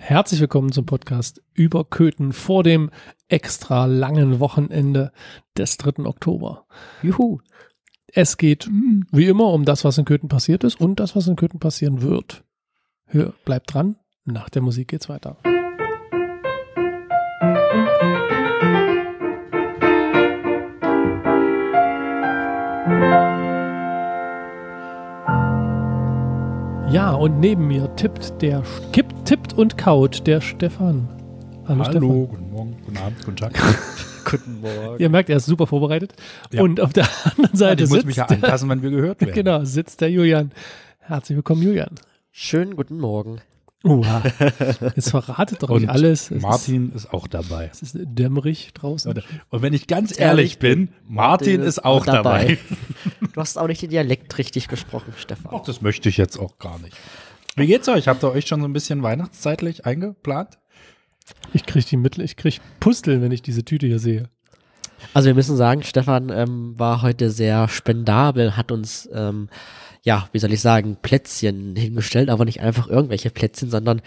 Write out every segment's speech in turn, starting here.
Herzlich willkommen zum Podcast über Köthen vor dem extra langen Wochenende des 3. Oktober. Juhu. Es geht wie immer um das, was in Köthen passiert ist und das, was in Köthen passieren wird. Bleibt dran, nach der Musik geht's weiter. Ja, und neben mir tippt und kaut der Stefan. Hallo, Stefan. Guten Morgen, guten Abend, guten Tag. Guten Morgen. Ihr merkt, er ist super vorbereitet. Ja. Und auf der anderen Seite ich muss mich ja anpassen, wenn wir gehört werden. Genau, sitzt der Julian. Herzlich willkommen, Julian. Schönen guten Morgen. Jetzt verratet doch nicht alles. Martin ist auch dabei. Es ist dämmerig draußen. Und wenn ich ganz ehrlich bin, Martin ist auch dabei. Du hast auch nicht den Dialekt richtig gesprochen, Stefan. Ach, das möchte ich jetzt auch gar nicht. Wie geht's euch? Habt ihr euch schon so ein bisschen weihnachtszeitlich eingeplant? Ich krieg Pusteln, wenn ich diese Tüte hier sehe. Also wir müssen sagen, Stefan war heute sehr spendabel, hat uns, wie soll ich sagen, Plätzchen hingestellt, aber nicht einfach irgendwelche Plätzchen, sondern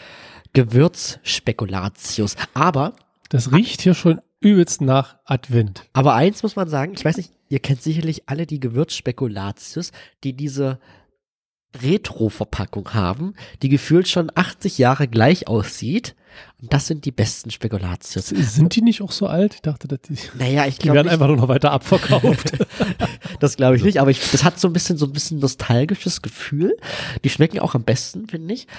Gewürzspekulatius. Aber das riecht hier schon übelst nach Advent. Aber eins muss man sagen, ich weiß nicht, ihr kennt sicherlich alle die Gewürzspekulatius, die diese Retro-Verpackung haben, die gefühlt schon 80 Jahre gleich aussieht. Und das sind die besten Spekulatius. Sind die nicht auch so alt? Ich dachte, dass die Die werden einfach nur noch weiter abverkauft. Das glaube ich nicht, aber das hat so ein bisschen nostalgisches Gefühl. Die schmecken auch am besten, finde ich.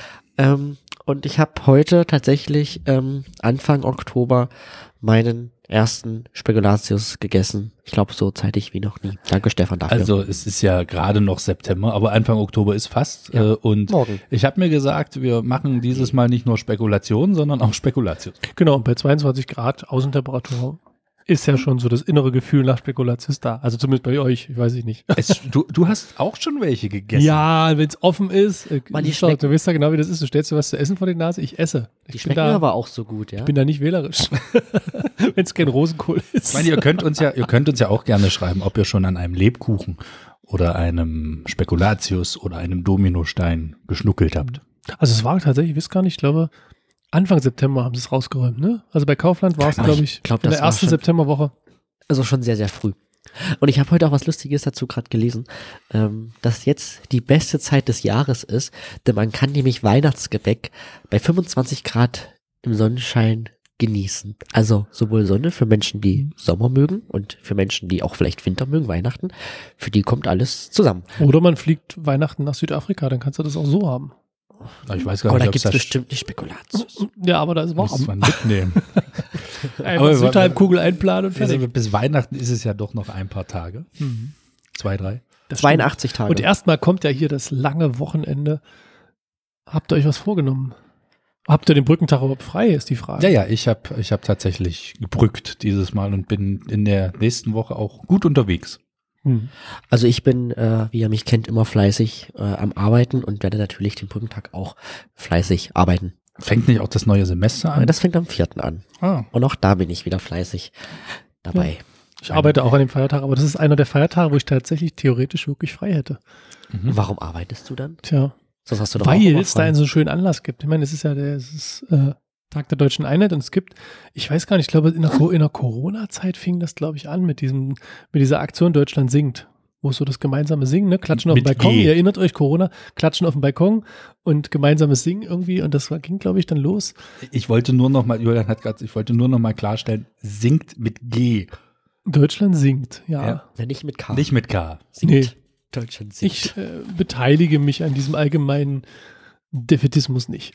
Und ich habe heute tatsächlich Anfang Oktober meinen ersten Spekulatius gegessen. Ich glaube, so zeitig wie noch nie. Danke, Stefan, dafür. Also es ist ja gerade noch September, aber Anfang Oktober ist fast. Ja, und morgen. Ich habe mir gesagt, wir machen dieses Mal nicht nur Spekulationen, sondern auch Spekulatius. Genau, und bei 22 Grad Außentemperatur ist ja schon so das innere Gefühl nach Spekulatius da. Also zumindest bei euch, ich weiß nicht. Du hast auch schon welche gegessen. Ja, wenn es offen ist. Die Du schmecken. weißt ja genau, wie das ist. Du stellst dir was zu essen vor die Nase, ich esse. Die schmecken aber auch so gut, ja. Ich bin da nicht wählerisch. Wenn es kein Rosenkohl ist. Ich meine, ihr könnt uns ja auch gerne schreiben, ob ihr schon an einem Lebkuchen oder einem Spekulatius oder einem Dominostein geschnuckelt habt. Also es war tatsächlich, ich weiß gar nicht, ich glaube, Anfang September haben sie es rausgeräumt, ne? Also bei Kaufland war es, glaube ich, in der ersten Septemberwoche. Also schon sehr, sehr früh. Und ich habe heute auch was Lustiges dazu gerade gelesen, dass jetzt die beste Zeit des Jahres ist, denn man kann nämlich Weihnachtsgebäck bei 25 Grad im Sonnenschein genießen. Also sowohl Sonne für Menschen, die Sommer mögen und für Menschen, die auch vielleicht Winter mögen, Weihnachten. Für die kommt alles zusammen. Oder man fliegt Weihnachten nach Südafrika, dann kannst du das auch so haben. Ich weiß gar Aber nicht, da ob gibt es bestimmt nicht Spekulatius. Ja, aber da ist muss warm. man mitnehmen. Einfach Südhalbkugel einplanen und fertig. Also bis Weihnachten ist es ja doch noch ein paar Tage. 2, 3. Das 82 stimmt. Tage. Und erstmal kommt ja hier das lange Wochenende. Habt ihr euch was vorgenommen? Habt ihr den Brückentag überhaupt frei, ist die Frage. Ja, ich hab tatsächlich gebrückt dieses Mal und bin in der nächsten Woche auch gut unterwegs. Also ich bin, wie ihr mich kennt, immer fleißig am Arbeiten und werde natürlich den Brückentag auch fleißig arbeiten. Fängt nicht auch das neue Semester an? Das fängt am 4. an. Und auch da bin ich wieder fleißig dabei. Ja. Ich arbeite auch an dem Feiertag, aber das ist einer der Feiertage, wo ich tatsächlich theoretisch wirklich frei hätte. Warum arbeitest du dann? Tja, Sonst hast du doch auch weil immer es da frei. einen so schönen Anlass gibt. Ich meine, es ist ja Tag der Deutschen Einheit und es gibt, ich weiß gar nicht, ich glaube in der Corona-Zeit fing das, glaube ich, an mit dieser Aktion Deutschland singt, wo es so das gemeinsame Singen, ne? Klatschen auf dem Mit Balkon, G. ihr erinnert euch, Corona, Klatschen auf dem Balkon und gemeinsames Singen irgendwie und das ging, glaube ich, dann los. Ich wollte nur noch mal klarstellen, singt mit G. Deutschland singt, ja. Ja. Ja, nicht mit K. Nicht mit K. Singt. Nee. Deutschland singt. Ich beteilige mich an diesem allgemeinen Defätismus nicht.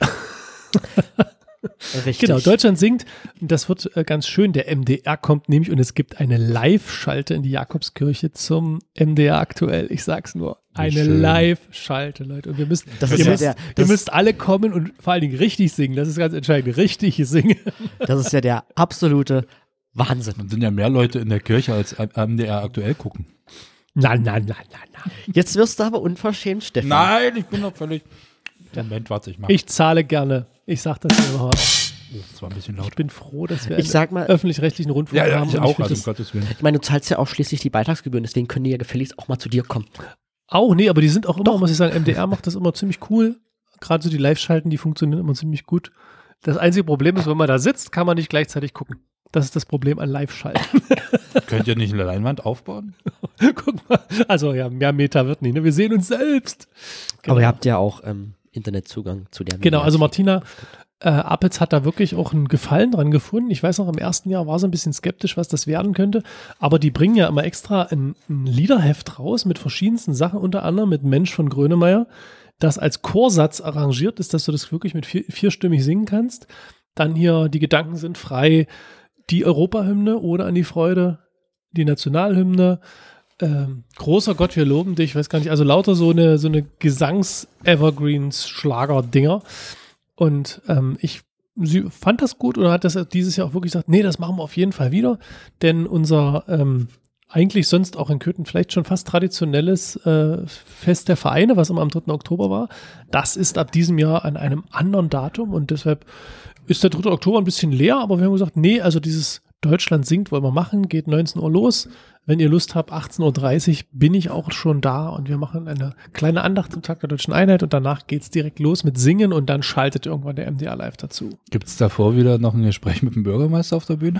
Richtig. Genau, Deutschland singt. Das wird ganz schön. Der MDR kommt nämlich und es gibt eine Live-Schalte in die Jakobskirche zum MDR aktuell. Ich sag's nur. Eine schön. Live-Schalte, Leute. Und ihr müsst alle kommen und vor allen Dingen richtig singen. Das ist ganz entscheidend. Richtig singen. Das ist ja der absolute Wahnsinn. Dann sind ja mehr Leute in der Kirche als MDR aktuell gucken. Na. Jetzt wirst du aber unverschämt, Stefan. Nein, ich bin doch völlig... Moment, warte, ich mach. Ich zahle gerne. Ich sag das hier überhaupt. Das war ein bisschen laut. Ich bin froh, dass wir Ich sag mal- öffentlich-rechtlichen Rundfunk Ja, haben. ich und auch, find also um das Gottes Willen. Ich meine, du zahlst ja auch schließlich die Beitragsgebühren, deswegen können die ja gefälligst auch mal zu dir kommen. auch, nee, aber die sind auch immer, muss ich sagen, MDR macht das immer ziemlich cool. Gerade so die Live-Schalten, die funktionieren immer ziemlich gut. Das einzige Problem ist, wenn man da sitzt, kann man nicht gleichzeitig gucken. Das ist das Problem an Live-Schalten. Könnt ihr nicht eine Leinwand aufbauen? Guck mal. Also ja, mehr Meter wird nicht. Ne? Wir sehen uns selbst. Genau. Aber ihr habt ja auch Internetzugang zu der Genau, also Mediathek. Martina Appels hat da wirklich auch einen Gefallen dran gefunden. Ich weiß noch, im ersten Jahr war sie ein bisschen skeptisch, was das werden könnte. Aber die bringen ja immer extra ein Liederheft raus mit verschiedensten Sachen, unter anderem mit Mensch von Grönemeyer, das als Chorsatz arrangiert ist, dass du das wirklich mit vierstimmig singen kannst. Dann hier Die Gedanken sind frei, die Europahymne, Ode an die Freude, die Nationalhymne, großer Gott, wir loben dich, ich weiß gar nicht, also lauter so eine Gesangs-Evergreens-Schlager-Dinger. Und sie fand das gut oder hat das dieses Jahr auch wirklich gesagt, nee, das machen wir auf jeden Fall wieder, denn unser eigentlich sonst auch in Köthen vielleicht schon fast traditionelles Fest der Vereine, was immer am 3. Oktober war, das ist ab diesem Jahr an einem anderen Datum und deshalb ist der 3. Oktober ein bisschen leer, aber wir haben gesagt, nee, also dieses Deutschland singt wollen wir machen, geht 19 Uhr los. Wenn ihr Lust habt, 18.30 Uhr bin ich auch schon da und wir machen eine kleine Andacht zum Tag der Deutschen Einheit und danach geht's direkt los mit Singen und dann schaltet irgendwann der MDR live dazu. Gibt es davor wieder noch ein Gespräch mit dem Bürgermeister auf der Bühne?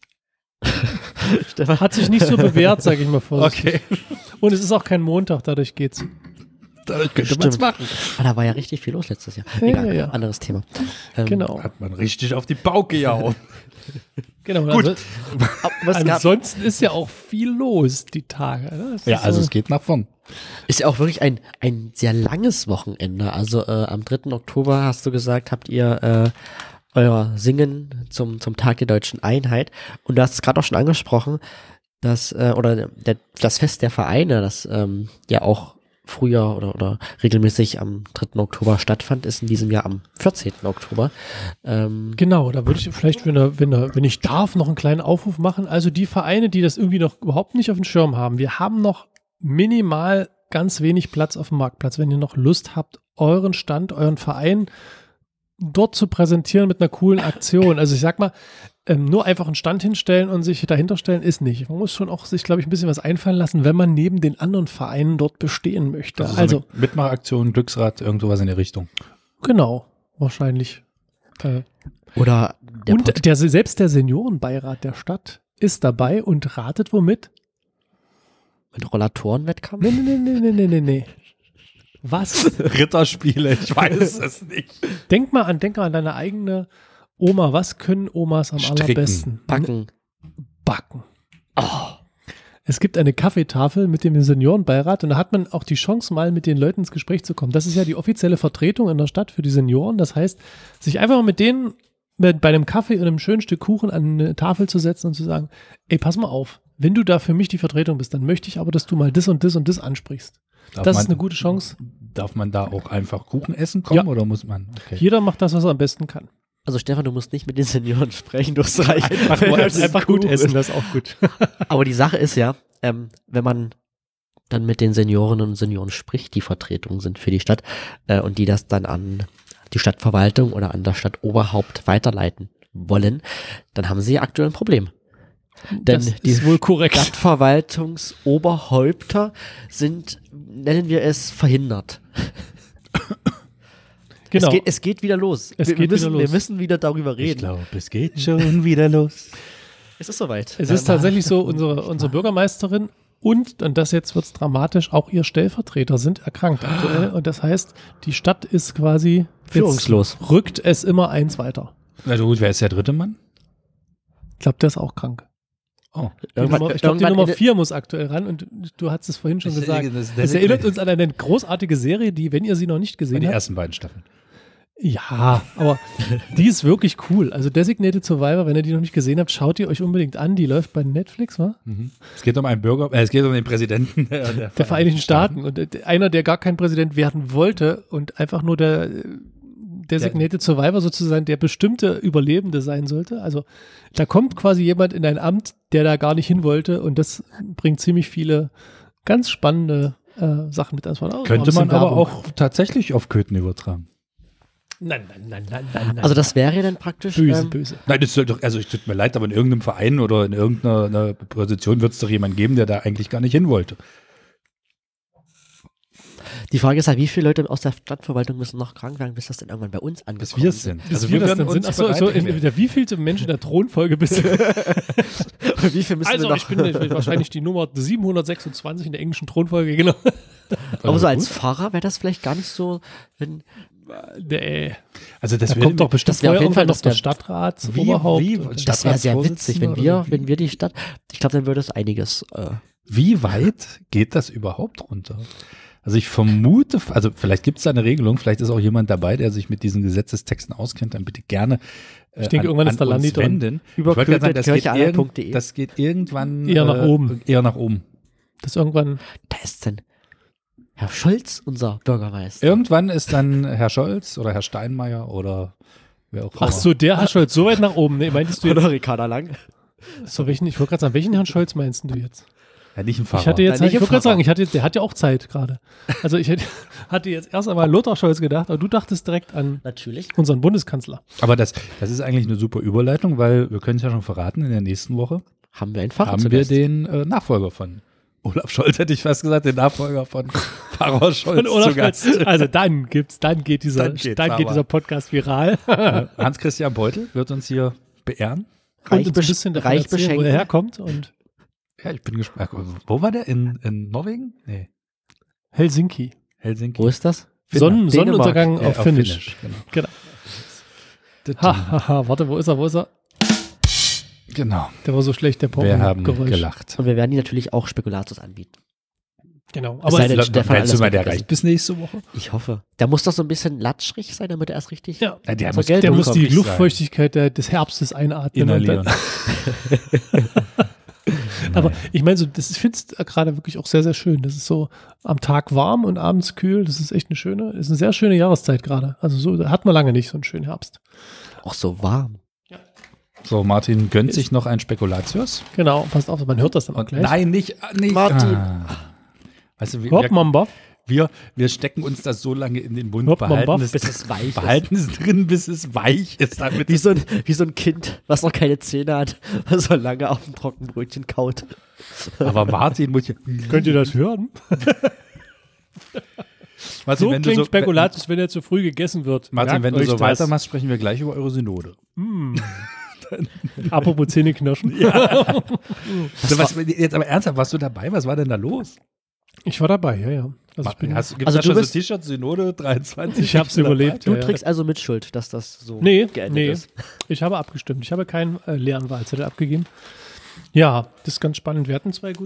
Stefan hat sich nicht so bewährt, sage ich mal vorsichtig. Okay. Und es ist auch kein Montag, dadurch geht's. Dadurch könnte man es machen. Da war ja richtig viel los letztes Jahr. Ja, Egal, ja. anderes Thema. Genau. Hat man richtig auf die Pauke gehauen. Genau. Gut. Also, Aber es gab, ansonsten ist ja auch viel los die Tage. Ne? Das Ja, ist also so, es geht nach vorn. ist ja auch wirklich ein sehr langes Wochenende. Also am 3. Oktober hast du gesagt, habt ihr euer Singen zum Tag der Deutschen Einheit. Und du hast es gerade auch schon angesprochen, dass das Fest der Vereine, das ja auch früher oder regelmäßig am 3. Oktober stattfand, ist in diesem Jahr am 14. Oktober. Genau, da würde ich vielleicht, wenn ich darf, noch einen kleinen Aufruf machen. Also die Vereine, die das irgendwie noch überhaupt nicht auf dem Schirm haben, wir haben noch minimal ganz wenig Platz auf dem Marktplatz. Wenn ihr noch Lust habt, euren Stand, euren Verein dort zu präsentieren mit einer coolen Aktion. Also ich sag mal, nur einfach einen Stand hinstellen und sich dahinter stellen ist nicht. Man muss schon auch sich, glaube ich, ein bisschen was einfallen lassen, wenn man neben den anderen Vereinen dort bestehen möchte. Also Mitmachaktion, Glücksrad, irgend sowas in die Richtung. Genau, wahrscheinlich. Oder Selbst der Seniorenbeirat der Stadt ist dabei und ratet womit? mit Rollatorenwettkampf? Nee. Was? Ritterspiele, ich weiß es nicht. Denk mal an deine eigene Oma. Was können Omas am Stricken. allerbesten? Backen. Backen. Es gibt eine Kaffeetafel mit dem Seniorenbeirat und da hat man auch die Chance, mal mit den Leuten ins Gespräch zu kommen. Das ist ja die offizielle Vertretung in der Stadt für die Senioren. Das heißt, sich einfach mal mit denen bei einem Kaffee und einem schönen Stück Kuchen an eine Tafel zu setzen und zu sagen, ey, pass mal auf, wenn du da für mich die Vertretung bist, dann möchte ich aber, dass du mal das und das und das ansprichst. Das ist eine gute Chance. Darf man da auch einfach Kuchen essen kommen oder muss man? Okay. Jeder macht das, was er am besten kann. Also Stefan, du musst nicht mit den Senioren sprechen, du hast recht. Einfach gut essen, das ist auch gut. Aber die Sache ist ja, wenn man dann mit den Seniorinnen und Senioren spricht, die Vertretungen sind für die Stadt und die das dann an die Stadtverwaltung oder an das Stadtoberhaupt weiterleiten wollen, dann haben sie aktuell ein Problem. Denn Das die ist wohl korrekt. Stadtverwaltungsoberhäupter sind, nennen wir es, verhindert. Genau. Es geht wieder los. Wir müssen wieder darüber Ich reden. glaube, es geht schon wieder los. Es ist soweit. Es ist tatsächlich so, unsere Bürgermeisterin und das jetzt wird es dramatisch, auch ihr Stellvertreter sind erkrankt aktuell. Und das heißt, die Stadt ist quasi Führungslos. Jetzt rückt es immer eins weiter. Also gut, wer ist der dritte Mann? Ich glaube, der ist auch krank. Oh. Ich glaube, die Nummer 4 muss aktuell ran und du hast es vorhin schon gesagt. Es erinnert uns an eine großartige Serie, die, wenn ihr sie noch nicht gesehen Die habt. ersten beiden Staffeln. Ja, aber die ist wirklich cool. Also Designated Survivor, wenn ihr die noch nicht gesehen habt, schaut die euch unbedingt an. Die läuft bei Netflix, wa? Es geht um einen es geht um den Präsidenten der Vereinigten Staaten. Und einer, der gar kein Präsident werden wollte und einfach nur der Designated Survivor sozusagen der bestimmte Überlebende sein sollte. Also da kommt quasi jemand in ein Amt, der da gar nicht hin wollte und das bringt ziemlich viele ganz spannende Sachen mit. Könnte man aber auch tatsächlich auf Köthen übertragen. Nein. Also das wäre ja dann praktisch Böse. Nein, das soll doch, also es tut mir leid, aber in irgendeinem Verein oder in irgendeiner Position wird es doch jemanden geben, der da eigentlich gar nicht hin wollte. Die Frage ist halt, wie viele Leute aus der Stadtverwaltung müssen noch krank werden, bis das dann irgendwann bei uns angekommen Bis wir es sind. Also wir werden dann sind. uns Achso, bereit in der wievielte Mensch in der Thronfolge bist du? Wie viel müssen wir Also noch? ich bin wahrscheinlich die Nummer 726 in der englischen Thronfolge, genau. Aber so als gut. Fahrer wäre das vielleicht gar nicht so, wenn Also das Da kommt doch bestimmt das wär auf vorher jeden Fall, irgendwann noch das der wär- Stadtratsoberhaupt. das wäre sehr witzig, Stadtratsvorsitzender wenn wir, oder so. wenn wir die Stadt, ich glaube, dann würde es einiges, Wie weit geht das überhaupt runter? Also ich vermute, also vielleicht gibt es da eine Regelung, vielleicht ist auch jemand dabei, der sich mit diesen Gesetzestexten auskennt, dann bitte gerne Ich denke, irgendwann ist der uns Landi dran. wenden. Ich wollte gerade sagen, Kirchealler.de. das geht irgendwann Eher nach oben. Eher nach oben. Das irgendwann. da ist dann Herr Scholz, unser Bürgermeister. Irgendwann ist dann Herr Scholz oder Herr Steinmeier oder wer auch immer. Ach so, der Herr Scholz, so weit nach oben. Nee, meintest du jetzt? Oder Ricarda Lang. So, ich wollte gerade sagen, welchen Herrn Scholz meinst du jetzt? Ja, nicht ein Fahrer. Ich hatte jetzt, Nein, ich nicht wollte gerade Pfarrer. sagen, der hat ja auch Zeit gerade. Also ich hatte jetzt erst einmal Lothar Scholz gedacht, aber du dachtest direkt an Natürlich. unseren Bundeskanzler. Aber das ist eigentlich eine super Überleitung, weil wir können es ja schon verraten, in der nächsten Woche Haben wir einen Fahrer haben zu wir Gast. den Nachfolger von Olaf Scholz, hätte ich fast gesagt, den Nachfolger von Pfarrer Scholz Und Olaf zu Gast. Scholz. Also dann geht dieser Podcast viral. Hans-Christian Beutel wird uns hier beehren. Reich und uns ein bisschen davon reich erzählen, wo beschenken. er herkommt. Und Ja, ich bin gespannt. Wo war der? In Norwegen? Nee, Helsinki. Helsinki. Wo ist das? Finnland. Sonnenuntergang Ja, auf Finnisch. Genau. Warte, wo ist er? Genau. Der war so schlecht, der Wir haben Geräusch. gelacht. Und wir werden Ihnen natürlich auch Spekulatius anbieten. Genau. Es Aber sei denn, Meinst Stefan du alles mal, der mitgegessen. reicht bis nächste Woche? Ich hoffe. Der muss doch so ein bisschen latschrig sein, damit er erst richtig ja, Ja, der zur muss der Geltung muss kommt. die nicht Luftfeuchtigkeit des Herbstes einatmen. Inhalieren. Aber ich meine, so, ich finde es gerade wirklich auch sehr, sehr schön. Das ist so am Tag warm und abends kühl. Das ist echt ist eine sehr schöne Jahreszeit gerade. Also so hat man lange nicht so einen schönen Herbst. auch so warm. So, Martin gönnt sich noch ein Spekulatius. Genau, passt auf, man hört das dann auch gleich. Nein, nicht. Martin. Weißt du, Hopp, Mamba. wir stecken uns das so lange in den Mund, Hopp, Mamba, behalten bis es weich behalten es drin, bis es weich ist. Damit Wie so ein Kind, was noch keine Zähne hat, was so lange auf dem Trockenbrötchen kaut. aber Martin muss ja. Könnt ihr das hören? Martin, So wenn du klingt Spekulatius, wenn er zu früh gegessen wird. Martin, Merkt wenn du euch so das. weitermachst, sprechen wir gleich über eure Synode. Apropos Zähneknirschen. So, jetzt aber ernsthaft, warst du dabei? Was war denn da los? Ich war dabei, ja. Also ich bin, Gibt Also da du schon so bist- T-Shirts Synode 23? Ich hab's überlebt. Du Ja, ja. trägst also Mitschuld, dass das so Nee, geendet ist. ich habe abgestimmt. Ich habe keinen leeren Wahlzettel abgegeben. Ja, das ist ganz spannend. Wir hatten zwei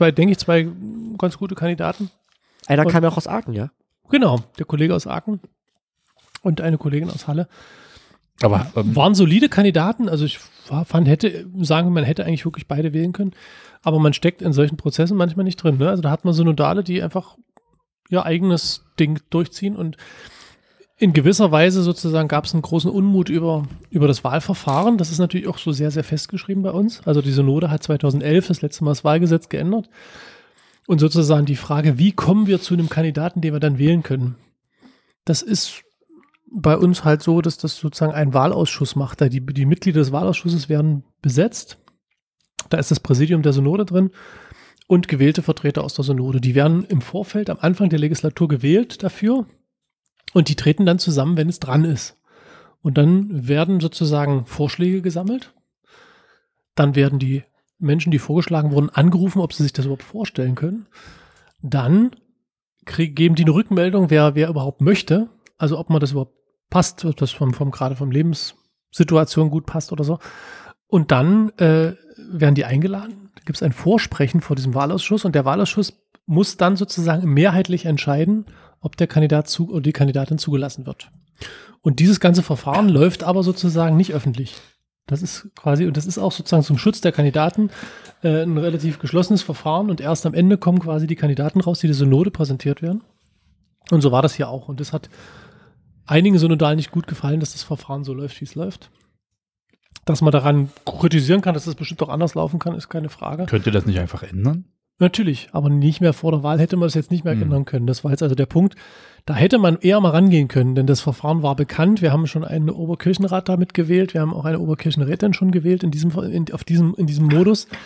ganz gute Kandidaten. Einer kam ja auch aus Aachen, ja? Genau, der Kollege aus Aachen und eine Kollegin aus Halle. Aber Waren solide Kandidaten. Also ich man hätte eigentlich wirklich beide wählen können. Aber man steckt in solchen Prozessen manchmal nicht drin. Ne? Also da hat man Synodale, die einfach ihr eigenes Ding durchziehen. Und in gewisser Weise sozusagen gab es einen großen Unmut über das Wahlverfahren. Das ist natürlich auch so sehr, sehr festgeschrieben bei uns. Also die Synode hat 2011 das letzte Mal das Wahlgesetz geändert. Und sozusagen die Frage, wie kommen wir zu einem Kandidaten, den wir dann wählen können? Das ist bei uns halt so, dass das sozusagen ein Wahlausschuss macht. Da die Mitglieder des Wahlausschusses werden besetzt. Da ist das Präsidium der Synode drin und gewählte Vertreter aus der Synode. Die werden im Vorfeld am Anfang der Legislatur gewählt dafür und die treten dann zusammen, wenn es dran ist. Und dann werden sozusagen Vorschläge gesammelt. Dann werden die Menschen, die vorgeschlagen wurden, angerufen, ob sie sich das überhaupt vorstellen können. Dann geben die eine Rückmeldung, wer überhaupt möchte. Also ob man das überhaupt passt, ob das gerade vom Lebenssituation gut passt oder so. Und dann werden die eingeladen. Da gibt es ein Vorsprechen vor diesem Wahlausschuss und der Wahlausschuss muss dann sozusagen mehrheitlich entscheiden, ob der Kandidat oder die Kandidatin zugelassen wird. Und dieses ganze Verfahren läuft aber sozusagen nicht öffentlich. Das ist quasi, und das ist auch sozusagen zum Schutz der Kandidaten ein relativ geschlossenes Verfahren und erst am Ende kommen quasi die Kandidaten raus, die der Synode präsentiert werden. Und so war das hier auch. Und das hat einigen Synodalen nicht gut gefallen, dass das Verfahren so läuft, wie es läuft. Dass man daran kritisieren kann, dass das bestimmt auch anders laufen kann, ist keine Frage. könnt ihr das nicht einfach ändern? Natürlich, aber nicht mehr vor der Wahl hätte man das jetzt nicht mehr ändern können. Das war jetzt also der Punkt. Da hätte man eher mal rangehen können, denn das Verfahren war bekannt. Wir haben schon einen Oberkirchenrat damit gewählt. Wir haben auch eine Oberkirchenrätin schon gewählt in diesem Modus.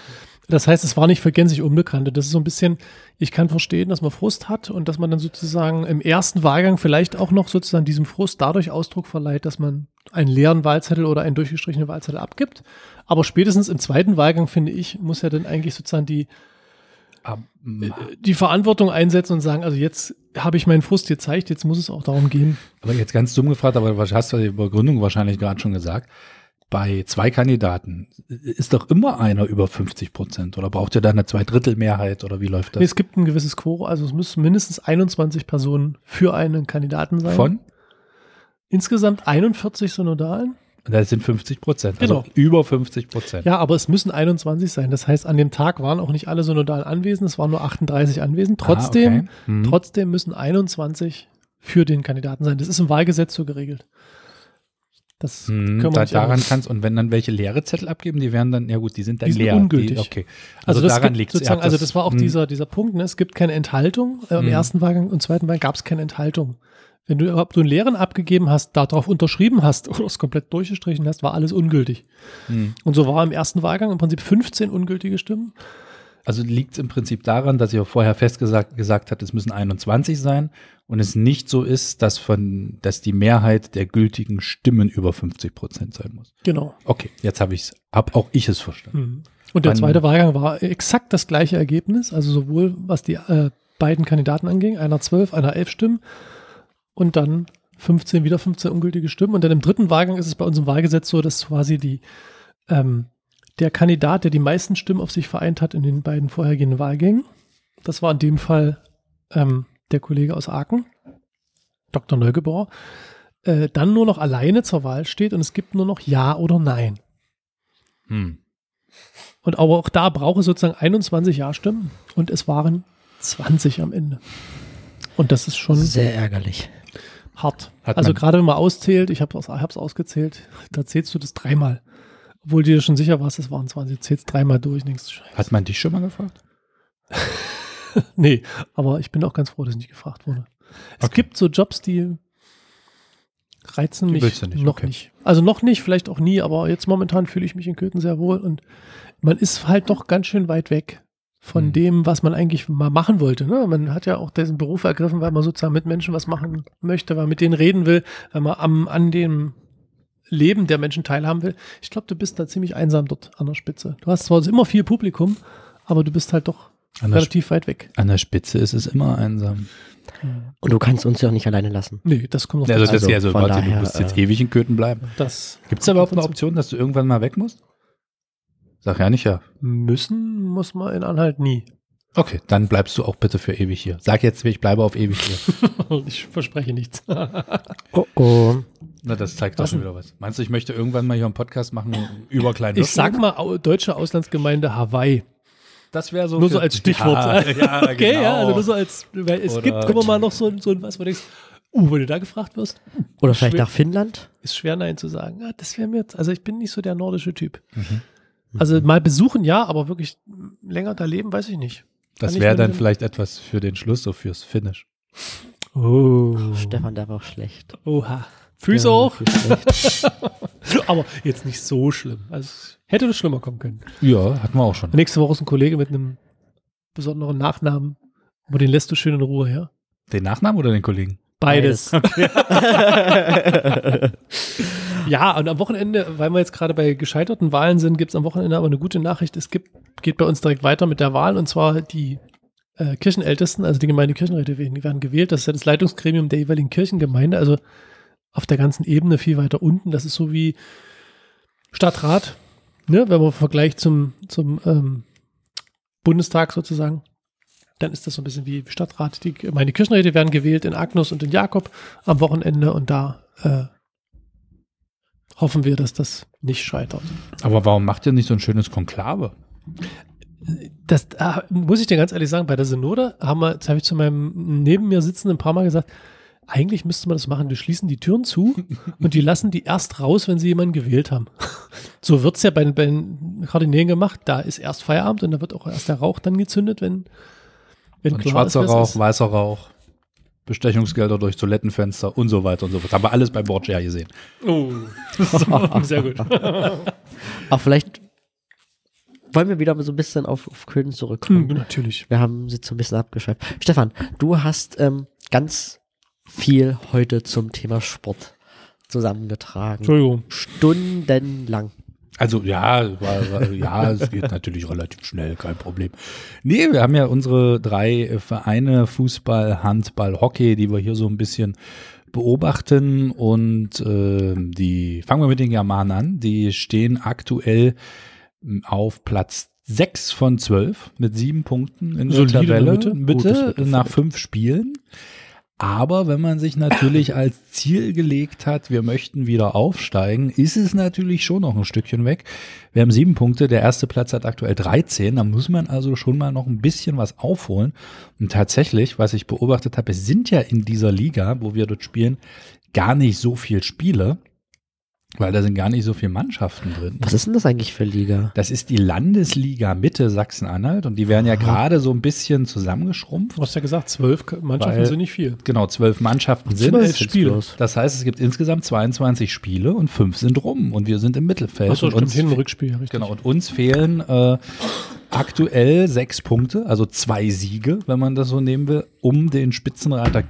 Das heißt, es war nicht für gänzlich Unbekannte. Das ist so ein bisschen, ich kann verstehen, dass man Frust hat und dass man dann sozusagen im ersten Wahlgang vielleicht auch noch sozusagen diesem Frust dadurch Ausdruck verleiht, dass man einen leeren Wahlzettel oder einen durchgestrichenen Wahlzettel abgibt. Aber spätestens im zweiten Wahlgang, finde ich, muss ja dann eigentlich sozusagen die Verantwortung einsetzen und sagen, also jetzt habe ich meinen Frust gezeigt, jetzt muss es auch darum gehen. Aber jetzt ganz dumm gefragt, aber was hast du die Begründung wahrscheinlich gerade schon gesagt? Bei 2 Kandidaten ist doch immer einer über 50% oder braucht ihr da eine 2/3 oder wie läuft das? Nee, es gibt ein gewisses Quorum, also es müssen mindestens 21 Personen für einen Kandidaten sein. Von? Insgesamt 41 Synodalen. Das sind 50%, also Genau. über 50%. Ja, aber es müssen 21 sein. Das heißt, an dem Tag waren auch nicht alle Synodalen anwesend, es waren nur 38 anwesend. Trotzdem, Okay. trotzdem müssen 21 für den Kandidaten sein. Das ist im Wahlgesetz so geregelt. Das können wir nicht Daran ändern. kannst und wenn dann welche leere Zettel abgeben, die werden dann, ja gut, die sind dann Die sind leer. ungültig. Okay. Also Also das daran gibt liegt sozusagen, also das war auch dieser Punkt, ne? Es gibt keine Enthaltung. Im ersten Wahlgang und zweiten Wahlgang gab es keine Enthaltung. Wenn du überhaupt einen leeren abgegeben hast, darauf unterschrieben hast oder es komplett durchgestrichen hast, war alles ungültig. Und so war im ersten Wahlgang im Prinzip 15 ungültige Stimmen. Also liegt es im Prinzip daran, dass ihr vorher gesagt habt, es müssen 21 sein und es nicht so ist, dass die Mehrheit der gültigen Stimmen über 50% sein muss. Genau. Okay, jetzt hab auch ich es verstanden. Und der Wann- zweite Wahlgang war exakt das gleiche Ergebnis, also sowohl was die beiden Kandidaten anging, einer 12, einer 11 Stimmen und dann 15, wieder 15 ungültige Stimmen. Und dann im dritten Wahlgang ist es bei uns im Wahlgesetz so, dass quasi der Kandidat, der die meisten Stimmen auf sich vereint hat in den beiden vorhergehenden Wahlgängen, das war in dem Fall der Kollege aus Aachen, Dr. Neugebauer, dann nur noch alleine zur Wahl steht und es gibt nur noch Ja oder Nein. Und aber auch da brauche es sozusagen 21 Ja-Stimmen und es waren 20 am Ende. Und das ist schon Sehr ärgerlich. hart. Hat Also man- gerade wenn man auszählt, ich habe es ausgezählt, da zählst du das 3-mal. Obwohl du dir schon sicher warst, es waren 20, du zählst 3-mal durch. Denkst, Scheiße. Hat man dich schon mal gefragt? Nee, aber ich bin auch ganz froh, dass ich nicht gefragt wurde. Es Okay. gibt so Jobs, die reizen Die mich willst du nicht, noch okay. nicht. Also noch nicht, vielleicht auch nie, aber jetzt momentan fühle ich mich in Köthen sehr wohl und man ist halt doch ganz schön weit weg von dem, was man eigentlich mal machen wollte. Ne? Man hat ja auch diesen Beruf ergriffen, weil man sozusagen mit Menschen was machen möchte, weil man mit denen reden will, weil man an dem Leben der Menschen teilhaben will. Ich glaube, du bist da ziemlich einsam dort an der Spitze. Du hast zwar immer viel Publikum, aber du bist halt doch relativ weit weg. An der Spitze ist es immer einsam. Und du kannst uns ja auch nicht alleine lassen. Nee, das kommt noch Also, dazu. das ist ja so, von warte, daher, du musst jetzt ewig in Köthen bleiben. Das Gibt es da überhaupt eine Option, dass du irgendwann mal weg musst? Sag ja nicht ja. müssen muss man in Anhalt nie. Okay, dann bleibst du auch bitte für ewig hier. Sag jetzt, ich bleibe auf ewig hier. Ich verspreche nichts. Oh oh. Na, das zeigt doch Was schon denn? wieder was. Meinst du, ich möchte irgendwann mal hier einen Podcast machen über kleinen Ich sag mal deutsche Auslandsgemeinde Hawaii. das wäre so. Nur so als Stichwort. Ja, Okay, genau. ja, also nur so als, weil es Oder- gibt, guck wir mal noch so was, wo du denkst, wenn du da gefragt wirst, Oder vielleicht Schwer- nach Finnland? ist schwer Nein zu sagen. Ja, das wäre mir jetzt, also ich bin nicht so der nordische Typ. Mhm. Also mal besuchen, ja, aber wirklich länger da leben, weiß ich nicht. Das Kann ich wäre mir dann den- vielleicht etwas für den Schluss, so fürs Finish. Oh. Stefan, der war auch schlecht. Oha. Füße Ja, hoch, Füße schlecht. aber jetzt nicht so schlimm. Also es hätte das schlimmer kommen können. Ja, hatten wir auch schon. Nächste Woche ist ein Kollege mit einem besonderen Nachnamen, aber den lässt du schön in Ruhe, ja? Den Nachnamen oder den Kollegen? Beides. Ja, und am Wochenende, weil wir jetzt gerade bei gescheiterten Wahlen sind, gibt es am Wochenende aber eine gute Nachricht. Geht bei uns direkt weiter mit der Wahl und zwar die Kirchenältesten, also die Gemeindekirchenräte werden gewählt. Das ist ja das Leitungsgremium der jeweiligen Kirchengemeinde, also auf der ganzen Ebene viel weiter unten. Das ist so wie Stadtrat, ne, wenn man vergleicht zum Bundestag sozusagen. Dann ist das so ein bisschen wie Stadtrat. Meine Kirchenräte werden gewählt in Agnus und in Jakob am Wochenende und da hoffen wir, dass das nicht scheitert. Aber warum macht ihr nicht so ein schönes Konklave? Das muss ich dir ganz ehrlich sagen, bei der Synode das habe ich zu meinem neben mir sitzenden ein paar Mal gesagt, eigentlich müsste man das machen, wir schließen die Türen zu und die lassen die erst raus, wenn sie jemanden gewählt haben. So wird es ja bei den Kardinälen gemacht, da ist erst Feierabend und da wird auch erst der Rauch dann gezündet, wenn Und klar schwarzer ist, wer es Rauch, ist. weißer Rauch, Bestechungsgelder durch Toilettenfenster und so weiter und so fort. Haben wir alles bei Borgia gesehen. Oh, sehr gut. Aber vielleicht wollen wir wieder so ein bisschen auf Köln zurückkommen? Natürlich. Wir haben sie so ein bisschen abgeschweift. Stefan, du hast ganz viel heute zum Thema Sport zusammengetragen. Entschuldigung. Stundenlang. Also ja, es geht natürlich relativ schnell, kein Problem. Nee, wir haben ja unsere 3 Vereine, Fußball, Handball, Hockey, die wir hier so ein bisschen beobachten und fangen wir mit den Germanen an. Die stehen aktuell auf Platz 6 von 12 mit 7 Punkten in der Solide Tabelle. Mitte. Bitte Gutes Mittelfeld. nach 5 Spielen. Aber wenn man sich natürlich als Ziel gelegt hat, wir möchten wieder aufsteigen, ist es natürlich schon noch ein Stückchen weg. Wir haben 7 Punkte, der erste Platz hat aktuell 13, da muss man also schon mal noch ein bisschen was aufholen. Und tatsächlich, was ich beobachtet habe, es sind ja in dieser Liga, wo wir dort spielen, gar nicht so viele Spiele, weil da sind gar nicht so viele Mannschaften drin. Was ist denn das eigentlich für Liga? Das ist die Landesliga Mitte Sachsen-Anhalt und die werden ja gerade so ein bisschen zusammengeschrumpft. Du hast ja gesagt, 12 Mannschaften Weil- sind nicht viel. Genau, 12 Mannschaften sind 12 es. Spiele. Das heißt, es gibt insgesamt 22 Spiele und 5 sind rum und wir sind im Mittelfeld. Achso, und stimmt, uns, Hin- und Rückspiel, richtig. genau, und uns fehlen aktuell 6 Punkte, also 2 Siege, wenn man das so nehmen will, um den Spitzenreiter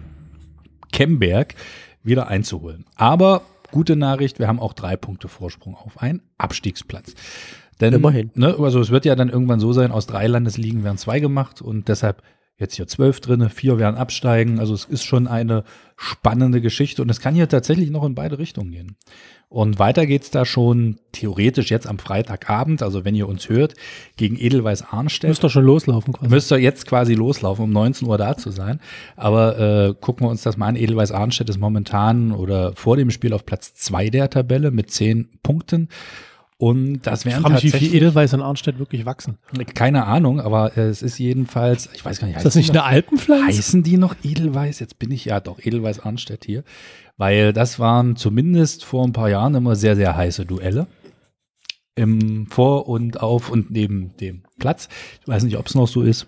Kemberg wieder einzuholen. Aber gute Nachricht, wir haben auch 3 Punkte Vorsprung auf einen Abstiegsplatz. Denn, Immerhin. Ne, also es wird ja dann irgendwann so sein, aus 3 Landesligen werden 2 gemacht und deshalb jetzt hier 12 drinne, 4 werden absteigen. Also es ist schon eine spannende Geschichte und es kann hier tatsächlich noch in beide Richtungen gehen. Und weiter geht's da schon theoretisch jetzt am Freitagabend, also wenn ihr uns hört, gegen Edelweiß Arnstedt. Müsst doch schon loslaufen quasi. Müsst ihr jetzt quasi loslaufen, um 19 Uhr da zu sein. Aber gucken wir uns das mal an. Edelweiß Arnstedt ist momentan oder vor dem Spiel auf Platz 2 der Tabelle mit 10 Punkten. Und das Ich wären frage mich, wie viel tatsächlich, Edelweiß und Arnstedt wirklich wachsen. keine Ahnung, aber es ist jedenfalls, ich weiß gar nicht, Ist das nicht eine Alpenpflanze? heißen die noch Edelweiß? Jetzt bin ich ja doch Edelweiß Arnstedt hier. Weil das waren zumindest vor ein paar Jahren immer sehr, sehr heiße Duelle. Im Vor- und auf und neben dem Platz. Ich weiß nicht, ob es noch so ist.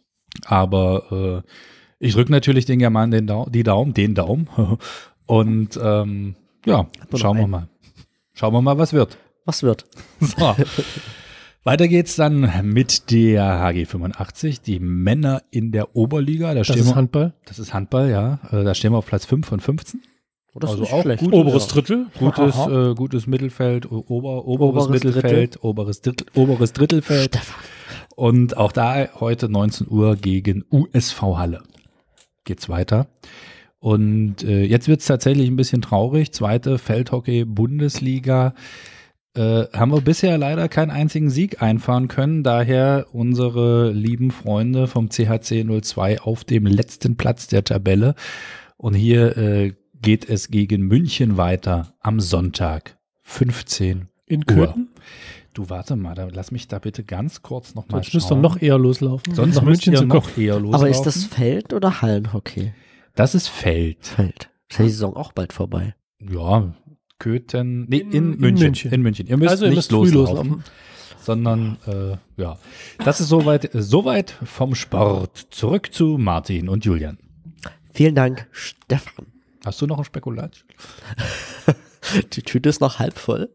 Aber ich drücke natürlich den Germanen den Daumen. Und ja, schauen wir mal. Schauen wir mal, was wird. Was wird? So. Weiter geht's dann mit der HG 85, die Männer in der Oberliga. Das ist Handball. Das ist Handball, ja. Da stehen wir auf Platz 5 von 15. Oh, das Also ist auch schlecht. gut. Oberes Drittel. Gutes Mittelfeld, oberes Oberes Mittelfeld, oberes Drittelfeld. Stefan. Und auch da heute 19 Uhr gegen USV Halle geht's weiter. Und jetzt wird's tatsächlich ein bisschen traurig. 2. Feldhockey-Bundesliga. Haben wir bisher leider keinen einzigen Sieg einfahren können. Daher unsere lieben Freunde vom CHC 02 auf dem letzten Platz der Tabelle. Und hier geht es gegen München weiter am Sonntag, 15 In Uhr. Köthen. Du, warte mal, lass mich da bitte ganz kurz noch mal Sonst müsst ihr noch eher loslaufen. Sonst nach müsst München ihr zu kommen. noch eher loslaufen. Aber ist das Feld- oder Hallenhockey? Das ist Feld. Feld. Ist ja die Saison auch bald vorbei. Ja, Köthen, nee, in In München. München. In München. Ihr müsst Also ihr nicht müsst früh loslaufen, loslaufen. sondern ja. Das ist soweit vom Sport. Zurück zu Martin und Julian. Vielen Dank, Stefan. Hast du noch ein Spekulat? Die Tüte ist noch halb voll.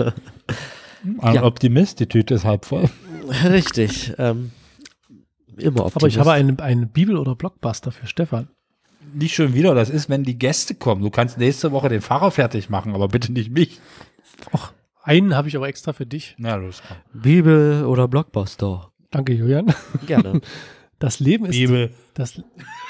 Ein Ja. Optimist, die Tüte ist halb voll. Richtig. Immer Optimist. Aber ich habe einen Bibel- oder Blockbuster für Stefan. Nicht schon wieder, das ist, wenn die Gäste kommen. Du kannst nächste Woche den Fahrer fertig machen, aber bitte nicht mich. Och, einen habe ich aber extra für dich. Na los, komm. Bibel oder Blockbuster. Danke, Julian. Gerne. Das Leben ist. Bibel. Das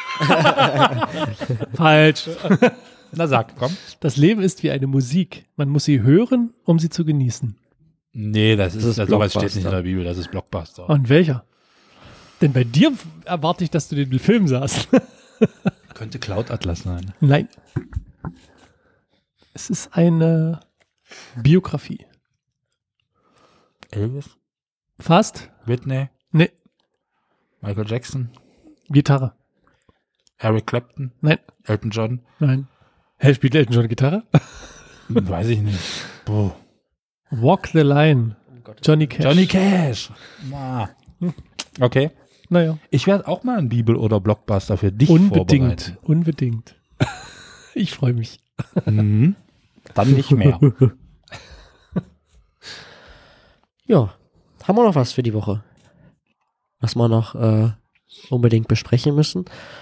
Falsch. Na sag, komm. Das Leben ist wie eine Musik. Man muss sie hören, um sie zu genießen. Nee, das ist sowas Blockbuster. steht nicht in der Bibel, das ist Blockbuster. Und welcher? Denn bei dir erwarte ich, dass du den Film sahst. Könnte Cloud Atlas sein. Nein. Es ist eine Biografie. Elvis? Fast? Whitney? Nee. Michael Jackson? Gitarre. Eric Clapton? Nein. Elton John? Nein. Hey, spielt Elton John Gitarre? Weiß ich nicht. Boah. Walk the Line. Johnny Cash. Johnny Cash. Ah. Okay. Naja. Ich werde auch mal einen Bibel- oder Blockbuster für dich Unbedingt. Unbedingt. Ich freue mich. vorbereiten. Mhm. Dann nicht mehr. Ja. haben wir noch was für die Woche? Was wir noch unbedingt besprechen müssen?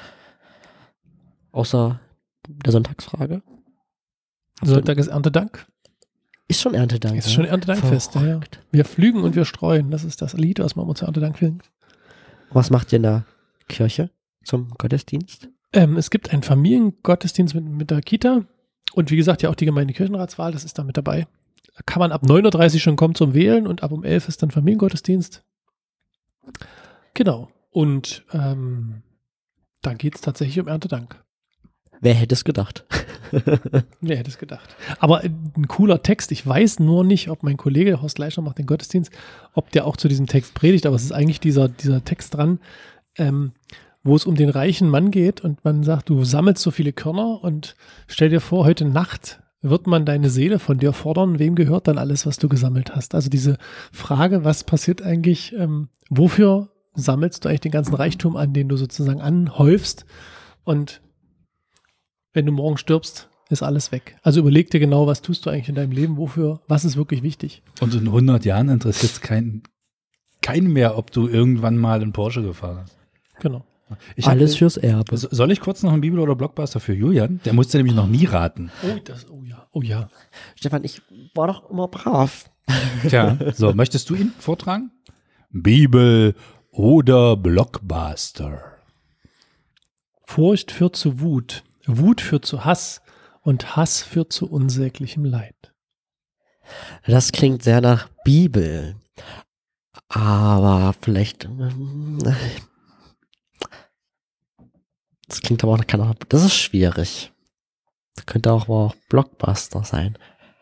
Außer der Sonntagsfrage. Sonntag ist Erntedank. Ist schon Erntedank. Ist schon Erntedankfest, ja. Verrückt. Wir flügen und wir streuen. Das ist das Lied, was man zu Erntedank singt. Was macht ihr in der Kirche zum Gottesdienst? Es gibt einen Familiengottesdienst mit der Kita. Und wie gesagt, ja auch die Gemeindekirchenratswahl, das ist da mit dabei. Da kann man ab 9.30 Uhr schon kommen zum Wählen und ab um 11 ist dann Familiengottesdienst. Genau. Und da geht es tatsächlich um Erntedank. Wer hätte es gedacht? Wer hätte es gedacht. Aber ein cooler Text. Ich weiß nur nicht, ob mein Kollege Horst Leischner macht den Gottesdienst, ob der auch zu diesem Text predigt, aber es ist eigentlich dieser Text dran, wo es um den reichen Mann geht und man sagt, du sammelst so viele Körner und stell dir vor, heute Nacht wird man deine Seele von dir fordern, wem gehört dann alles, was du gesammelt hast? Also diese Frage, was passiert eigentlich, wofür sammelst du eigentlich den ganzen Reichtum an, den du sozusagen anhäufst, und wenn du morgen stirbst, ist alles weg. Also überleg dir genau, was tust du eigentlich in deinem Leben, wofür, was ist wirklich wichtig. Und in 100 Jahren interessiert es keinen mehr, ob du irgendwann mal einen Porsche gefahren hast. Genau. Alles fürs Erbe. Soll ich kurz noch einen Bibel- oder Blockbuster für Julian? Der musste nämlich noch nie raten. Oh ja. Stefan, ich war doch immer brav. Tja, so, möchtest du ihn vortragen? Bibel oder Blockbuster? Furcht führt zu Wut, Wut führt zu Hass und Hass führt zu unsäglichem Leid. Das klingt sehr nach Bibel. Aber vielleicht. Das klingt aber auch nach. Das ist schwierig. Das könnte auch Blockbuster sein.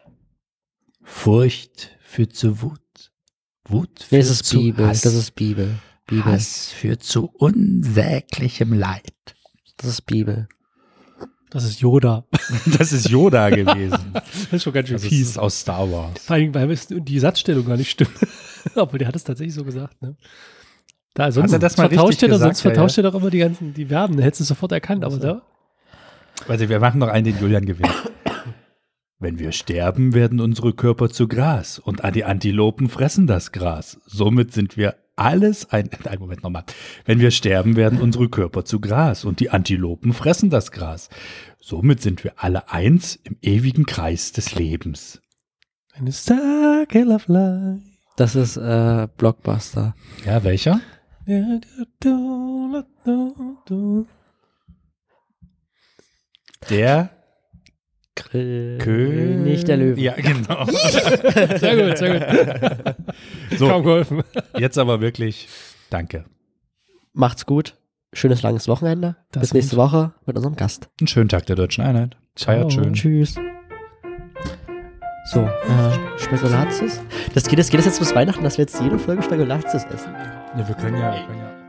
Furcht führt zu Wut. Wut Nee, führt das ist zu Bibel. Hass. Das ist Bibel. Hass führt zu unsäglichem Leid. Das ist Bibel. Das ist Yoda. Das ist Yoda gewesen. Das ist schon ganz schön Das fies. ist aus Star Wars. Vor allem, weil die Satzstellung gar nicht stimmt. Obwohl, der hat es tatsächlich so gesagt, ne? Da, sonst er das mal vertauscht richtig er, sonst gesagt? vertauscht er doch immer die Verben. Da hättest du sofort erkannt, aber da. Warte, wir machen noch einen, den Julian gewinnt. Wenn wir sterben, werden unsere Körper zu Gras und die Antilopen fressen das Gras. Somit sind wir alles Moment nochmal. Wenn wir sterben, werden unsere Körper zu Gras und die Antilopen fressen das Gras. Somit sind wir alle eins im ewigen Kreis des Lebens. Eine Circle of Life. Das ist Blockbuster. Ja, welcher? Der König der Löwen. Ja, genau. Sehr gut. So, Kaum geholfen. jetzt aber wirklich, danke. Macht's gut. Schönes langes Wochenende. Das Bis nächste wünsche Woche mit unserem Gast. Einen schönen Tag der Deutschen Einheit. Feiert Ciao. schön. Tschüss. So, Spekulatius. Das geht jetzt bis Weihnachten, dass wir jetzt jede Folge Spekulatius essen. Ja, wir können ja